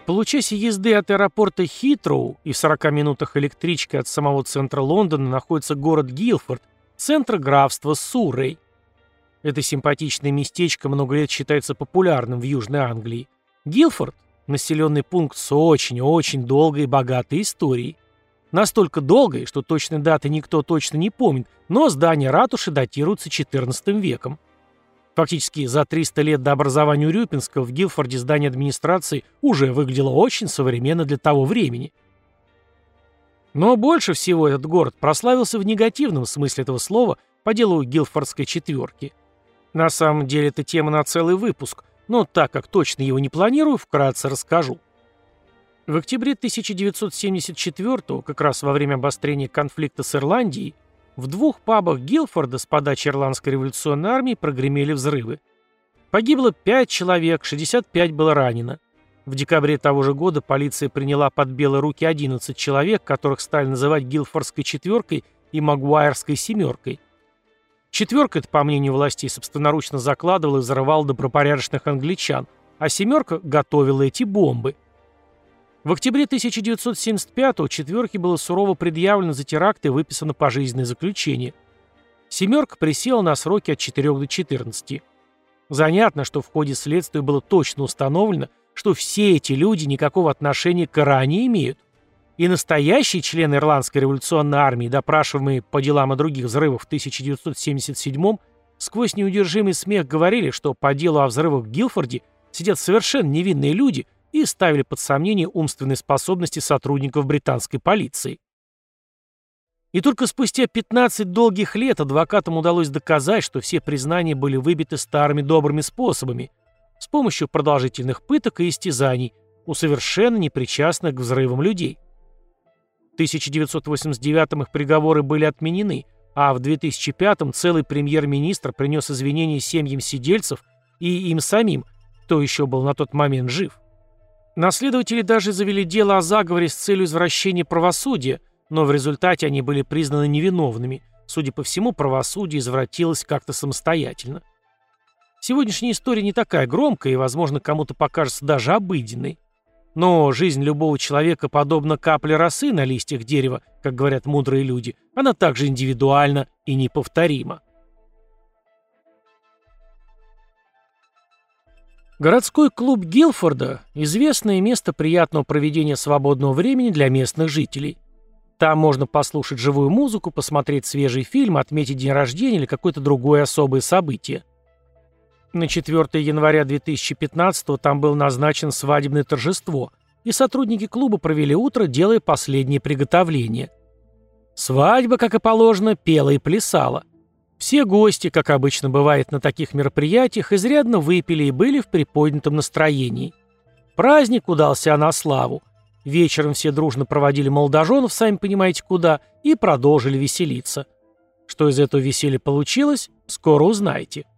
В получасе езды от аэропорта Хитроу и в 40 минутах электричкой от самого центра Лондона находится город Гилфорд, центр графства Суррей. Это симпатичное местечко много лет считается популярным в Южной Англии. Гилфорд – населенный пункт с очень-очень долгой и богатой историей. Настолько долгой, что точной даты никто точно не помнит, но здание ратуши датируется XIV веком. Фактически за 300 лет до образования Урюпинска в Гилфорде здание администрации уже выглядело очень современно для того времени. Но больше всего этот город прославился в негативном смысле этого слова по делу Гилфордской четверки. На самом деле это тема на целый выпуск, но так как точно его не планирую, вкратце расскажу. В октябре 1974-го, как раз во время обострения конфликта с Ирландией, в 2 пабах Гилфорда с подачи Ирландской революционной армии прогремели взрывы. Погибло 5 человек, 65 было ранено. В декабре того же года полиция приняла под белые руки 11 человек, которых стали называть Гилфордской четверкой и Магуайрской семеркой. Четверка, это, по мнению властей, собственноручно закладывала и взрывала добропорядочных англичан, а семерка готовила эти бомбы. В октябре 1975-го четверке было сурово предъявлено за теракт и выписано пожизненное заключение. Семерка присела на сроки от 4 до 14. Занятно, что в ходе следствия было точно установлено, что все эти люди никакого отношения к Иране не имеют. И настоящие члены Ирландской революционной армии, допрашиваемые по делам о других взрывах в 1977-м, сквозь неудержимый смех говорили, что по делу о взрывах в Гилфорде сидят совершенно невинные люди и ставили под сомнение умственные способности сотрудников британской полиции. И только спустя 15 долгих лет адвокатам удалось доказать, что все признания были выбиты старыми добрыми способами, с помощью продолжительных пыток и истязаний у совершенно непричастных к взрывам людей. В 1989-м их приговоры были отменены, а в 2005-м целый премьер-министр принес извинения семьям сидельцев и им самим, кто еще был на тот момент жив. Наследователи даже завели дело о заговоре с целью извращения правосудия, но в результате они были признаны невиновными. Судя по всему, правосудие извратилось как-то самостоятельно. Сегодняшняя история не такая громкая и, возможно, кому-то покажется даже обыденной. Но жизнь любого человека подобна капле росы на листьях дерева, как говорят мудрые люди, она также индивидуальна и неповторима. Городской клуб Гилфорда – известное место приятного проведения свободного времени для местных жителей. Там можно послушать живую музыку, посмотреть свежий фильм, отметить день рождения или какое-то другое особое событие. На 4 января 2015-го там было назначено свадебное торжество, и сотрудники клуба провели утро, делая последние приготовления. Свадьба, как и положено, пела и плясала. Все гости, как обычно бывает на таких мероприятиях, изрядно выпили и были в приподнятом настроении. Праздник удался на славу. Вечером все дружно проводили молодоженов, сами понимаете куда, и продолжили веселиться. Что из этого веселья получилось, скоро узнаете.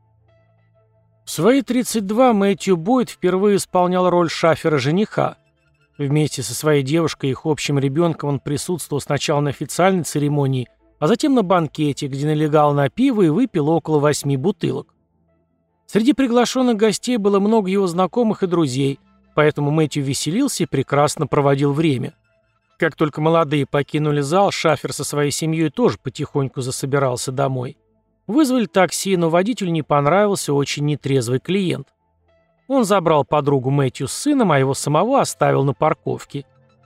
В свои 32 Мэтью Бойд впервые исполнял роль шафера-жениха. Вместе со своей девушкой и их общим ребенком он присутствовал сначала на официальной церемонии, а затем на банкете, где налегал на пиво и выпил около 8 бутылок. Среди приглашенных гостей было много его знакомых и друзей, поэтому Мэтью веселился и прекрасно проводил время. Как только молодые покинули зал, шафер со своей семьей тоже потихоньку засобирался домой. Вызвали такси, но водителю не понравился очень нетрезвый клиент. Он забрал подругу Мэтью с сыном, а его самого оставил на парковке.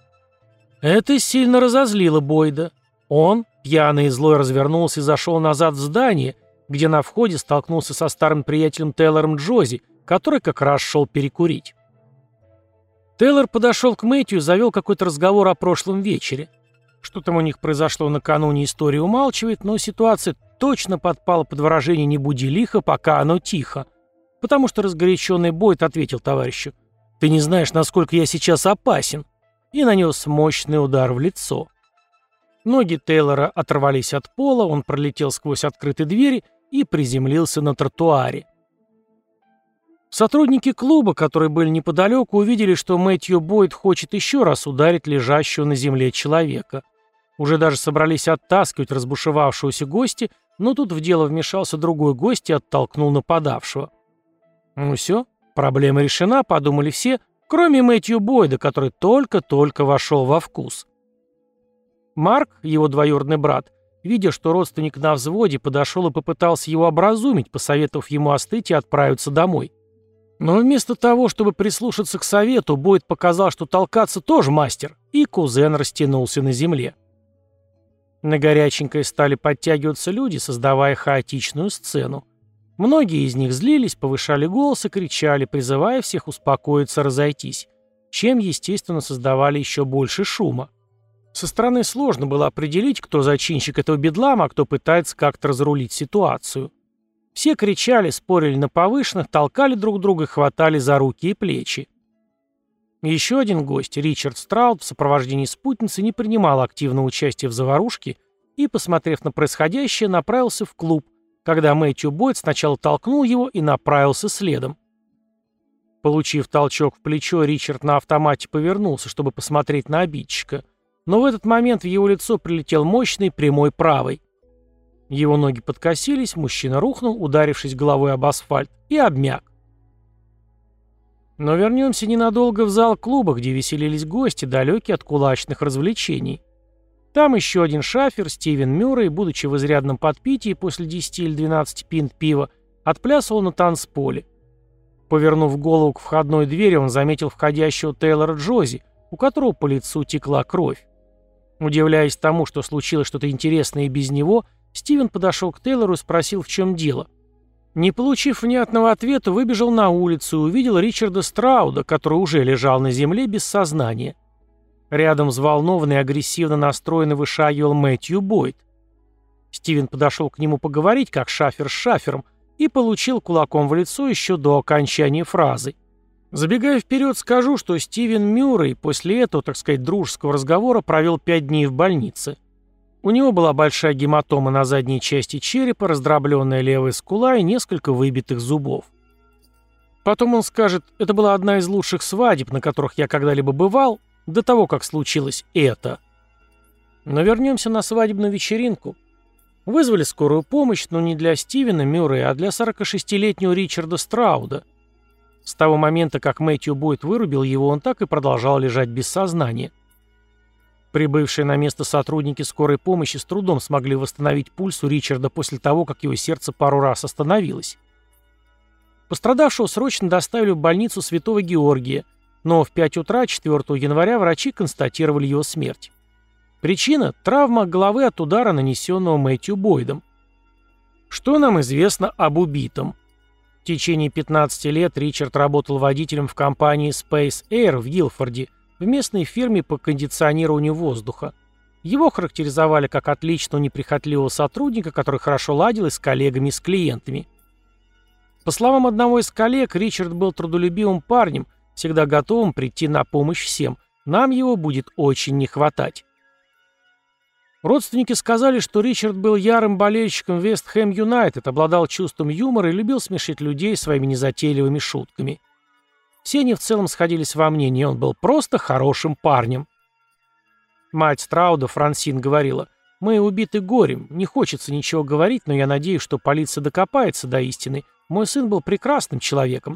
Это сильно разозлило Бойда. Он, пьяный и злой, развернулся и зашел назад в здание, где на входе столкнулся со старым приятелем Тейлором Джози, который как раз шел перекурить. Тейлор подошел к Мэтью и завел какой-то разговор о прошлом вечере. Что там у них произошло накануне, история умалчивает, но ситуация точно подпала под выражение «не буди лихо, пока оно тихо», потому что разгоряченный Бойд ответил товарищу: «Ты не знаешь, насколько я сейчас опасен», и нанес мощный удар в лицо. Ноги Тейлора оторвались от пола, он пролетел сквозь открытые двери и приземлился на тротуаре. Сотрудники клуба, которые были неподалеку, увидели, что Мэтью Бойд хочет еще раз ударить лежащего на земле человека. Уже даже собрались оттаскивать разбушевавшегося гостя, но тут в дело вмешался другой гость и оттолкнул нападавшего. Ну все, проблема решена, подумали все, Кроме Мэтью Бойда, который только-только вошел во вкус. Марк, его двоюродный брат, видя, что родственник на взводе, подошел и попытался его образумить, посоветовав ему остыть и отправиться домой. Но вместо того, чтобы прислушаться к совету, Бойд показал, что толкаться тоже мастер, и кузен растянулся на земле. На горяченькое стали подтягиваться люди, создавая хаотичную сцену. Многие из них злились, повышали голос и кричали, призывая всех успокоиться, разойтись, чем, естественно, создавали еще больше шума. Со стороны сложно было определить, кто зачинщик этого бедлама, а кто пытается как-то разрулить ситуацию. Все кричали, спорили на повышенных, толкали друг друга и хватали за руки и плечи. Еще один гость, Ричард Страуд, в сопровождении спутницы не принимал активного участия в заварушке и, посмотрев на происходящее, направился в клуб, когда Мэтью Бойд сначала толкнул его и направился следом. Получив толчок в плечо, Ричард на автомате повернулся, чтобы посмотреть на обидчика, но в этот момент в его лицо прилетел мощный прямой правый. Его ноги подкосились, мужчина рухнул, ударившись головой об асфальт, и обмяк. Но вернемся ненадолго в зал клуба, где веселились гости, далекие от кулачных развлечений. Там еще один шафер, Стивен Мюррей, будучи в изрядном подпитии после 10 или 12 пинт пива, отплясывал на танцполе. Повернув голову к входной двери, он заметил входящего Тейлора Джози, у которого по лицу текла кровь. Удивляясь тому, что случилось что-то интересное и без него, Стивен подошел к Тейлору и спросил, в чем дело. Не получив внятного ответа, выбежал на улицу и увидел Ричарда Страуда, который уже лежал на земле без сознания. Рядом взволнованный и агрессивно настроенный вышагивал Мэтью Бойд. Стивен подошел к нему поговорить, как шафер с шафером, и получил кулаком в лицо еще до окончания фразы. Забегая вперед, скажу, что Стивен Мюррей после этого, так сказать, дружеского разговора провел 5 дней в больнице. У него была большая гематома на задней части черепа, раздробленная левая скула и несколько выбитых зубов. Потом он скажет, это была одна из лучших свадеб, на которых я когда-либо бывал, до того, как случилось это. Но вернемся на свадебную вечеринку. Вызвали скорую помощь, но не для Стивена Мюррея, а для 46-летнего Ричарда Страуда. С того момента, как Мэтью Бойд вырубил его, он так и продолжал лежать без сознания. Прибывшие на место сотрудники скорой помощи с трудом смогли восстановить пульс у Ричарда после того, как его сердце пару раз остановилось. Пострадавшего срочно доставили в больницу Святого Георгия, но в 5 утра 4 января врачи констатировали его смерть. Причина – травма головы от удара, нанесенного Мэтью Бойдом. Что нам известно об убитом? В течение 15 лет Ричард работал водителем в компании Space Air в Гилфорде, в местной фирме по кондиционированию воздуха. Его характеризовали как отличного неприхотливого сотрудника, который хорошо ладил и с коллегами, и с клиентами. По словам одного из коллег, Ричард был трудолюбивым парнем, всегда готовым прийти на помощь всем. Нам его будет очень не хватать. Родственники сказали, что Ричард был ярым болельщиком Вест Хэм Юнайтед, обладал чувством юмора и любил смешить людей своими незатейливыми шутками. Все они в целом сходились во мнении, он был просто хорошим парнем. Мать Страуда, Франсин, говорила, «Мы убиты горем, не хочется ничего говорить, но я надеюсь, что полиция докопается до истины. Мой сын был прекрасным человеком».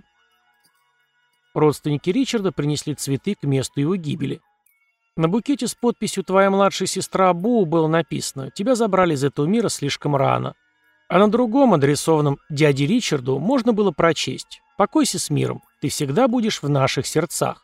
Родственники Ричарда принесли цветы к месту его гибели. На букете с подписью «Твоя младшая сестра Бу» было написано «Тебя забрали из этого мира слишком рано». А на другом, адресованном дяде Ричарду, можно было прочесть «Покойся с миром, ты всегда будешь в наших сердцах».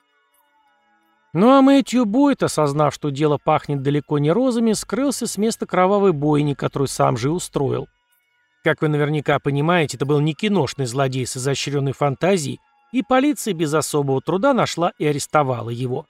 Ну а Мэтью Бойд, осознав, что дело пахнет далеко не розами, скрылся с места кровавой бойни, которую сам же и устроил. Как вы наверняка понимаете, это был не киношный злодей с изощренной фантазией, и полиция без особого труда нашла и арестовала его.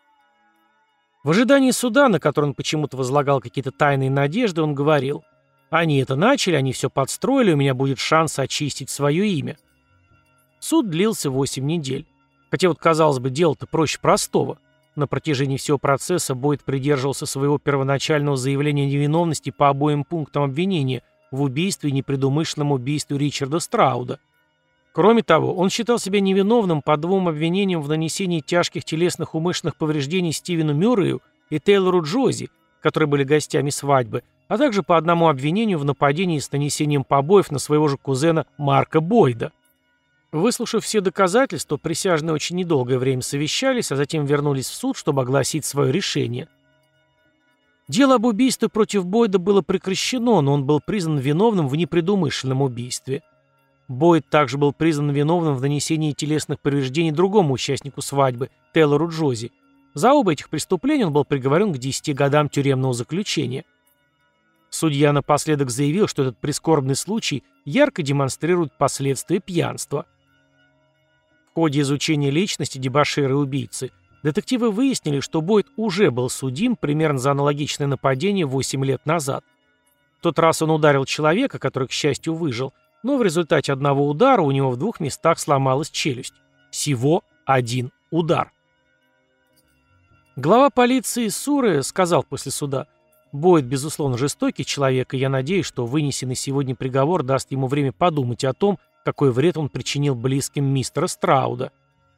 В ожидании суда, на который он почему-то возлагал какие-то тайные надежды, он говорил, «Они это начали, они все подстроили, у меня будет шанс очистить свое имя». Суд длился 8 недель. Хотя вот, казалось бы, дело-то проще простого. На протяжении всего процесса Бойд придерживался своего первоначального заявления невиновности по обоим пунктам обвинения в убийстве и непредумышленном убийстве Ричарда Страуда. Кроме того, он считал себя невиновным по 2 обвинениям в нанесении тяжких телесных умышленных повреждений Стивену Мюррею и Тейлору Джози, которые были гостями свадьбы, а также по 1 обвинению в нападении с нанесением побоев на своего же кузена Марка Бойда. Выслушав все доказательства, присяжные очень недолгое время совещались, а затем вернулись в суд, чтобы огласить свое решение. Дело об убийстве против Бойда было прекращено, но он был признан виновным в непредумышленном убийстве. Бойд также был признан виновным в нанесении телесных повреждений другому участнику свадьбы, Тейлору Джози. За оба этих преступления он был приговорен к 10 годам тюремного заключения. Судья напоследок заявил, что этот прискорбный случай ярко демонстрирует последствия пьянства. В ходе изучения личности дебошира и убийцы детективы выяснили, что Бойд уже был судим примерно за аналогичное нападение 8 лет назад. В тот раз он ударил человека, который, к счастью, выжил, но в результате одного удара у него в 2 местах сломалась челюсть. Всего 1 удар. Глава полиции Сурре сказал после суда: «Бойд, безусловно, жестокий человек, и я надеюсь, что вынесенный сегодня приговор даст ему время подумать о том, какой вред он причинил близким мистера Страуда».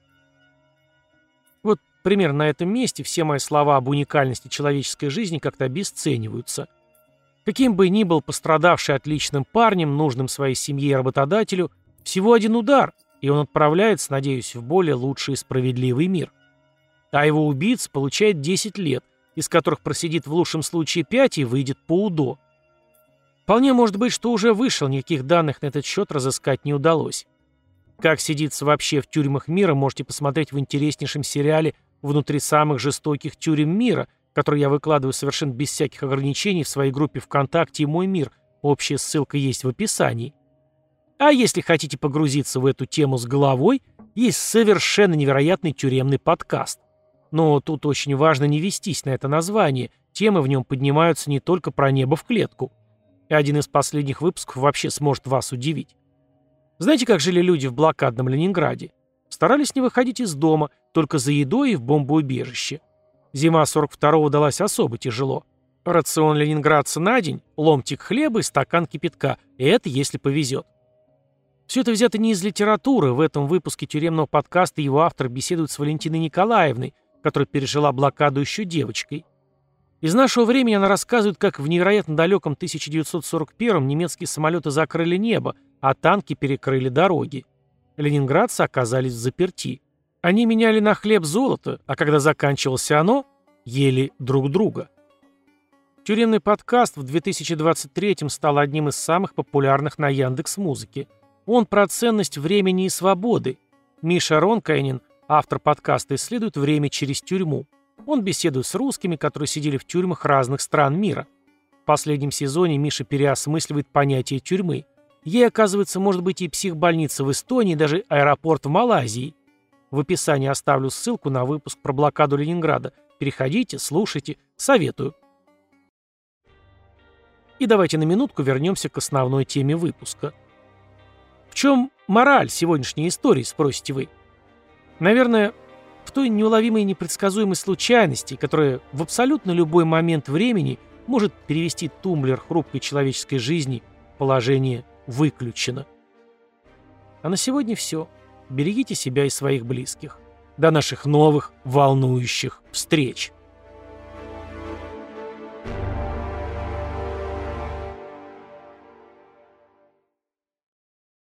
Вот примерно на этом месте все мои слова об уникальности человеческой жизни как-то обесцениваются. Каким бы ни был пострадавший отличным парнем, нужным своей семье и работодателю, всего 1 удар, и он отправляется, надеюсь, в более лучший и справедливый мир. А его убийца получает 10 лет, из которых просидит в лучшем случае 5 и выйдет по УДО. Вполне может быть, что уже вышел, никаких данных на этот счет разыскать не удалось. Как сидится вообще в тюрьмах мира, можете посмотреть в интереснейшем сериале «Внутри самых жестоких тюрем мира», который я выкладываю совершенно без всяких ограничений в своей группе ВКонтакте и «Мой мир». Общая ссылка есть в описании. А если хотите погрузиться в эту тему с головой, есть совершенно невероятный тюремный подкаст. Но тут очень важно не вестись на это название, темы в нем поднимаются не только про небо в клетку. И один из последних выпусков вообще сможет вас удивить. Знаете, как жили люди в блокадном Ленинграде? Старались не выходить из дома, только за едой и в бомбоубежище. Зима 42-го далась особо тяжело. Рацион ленинградца на день, ломтик хлеба и стакан кипятка. И это если повезет. Все это взято не из литературы. В этом выпуске тюремного подкаста его автор беседует с Валентиной Николаевной, которая пережила блокаду еще девочкой. Из нашего времени она рассказывает, как в невероятно далеком 1941-м немецкие самолеты закрыли небо, а танки перекрыли дороги. Ленинградцы оказались взаперти. Они меняли на хлеб золото, а когда заканчивалось оно, ели друг друга. Тюремный подкаст в 2023-м стал одним из самых популярных на Яндекс.Музыке. Он про ценность времени и свободы. Миша Ронкайнин, автор подкаста, исследует время через тюрьму. Он беседует с русскими, которые сидели в тюрьмах разных стран мира. В последнем сезоне Миша переосмысливает понятие тюрьмы. Ей, оказывается, может быть и психбольница в Эстонии, и даже аэропорт в Малайзии. В описании оставлю ссылку на выпуск про блокаду Ленинграда. Переходите, слушайте, советую. И давайте на минутку вернемся к основной теме выпуска. В чем мораль сегодняшней истории, спросите вы? Наверное, в той неуловимой и непредсказуемой случайности, которая в абсолютно любой момент времени может перевести тумблер хрупкой человеческой жизни в положение «выключено». А на сегодня все. Берегите себя и своих близких. До наших новых волнующих встреч!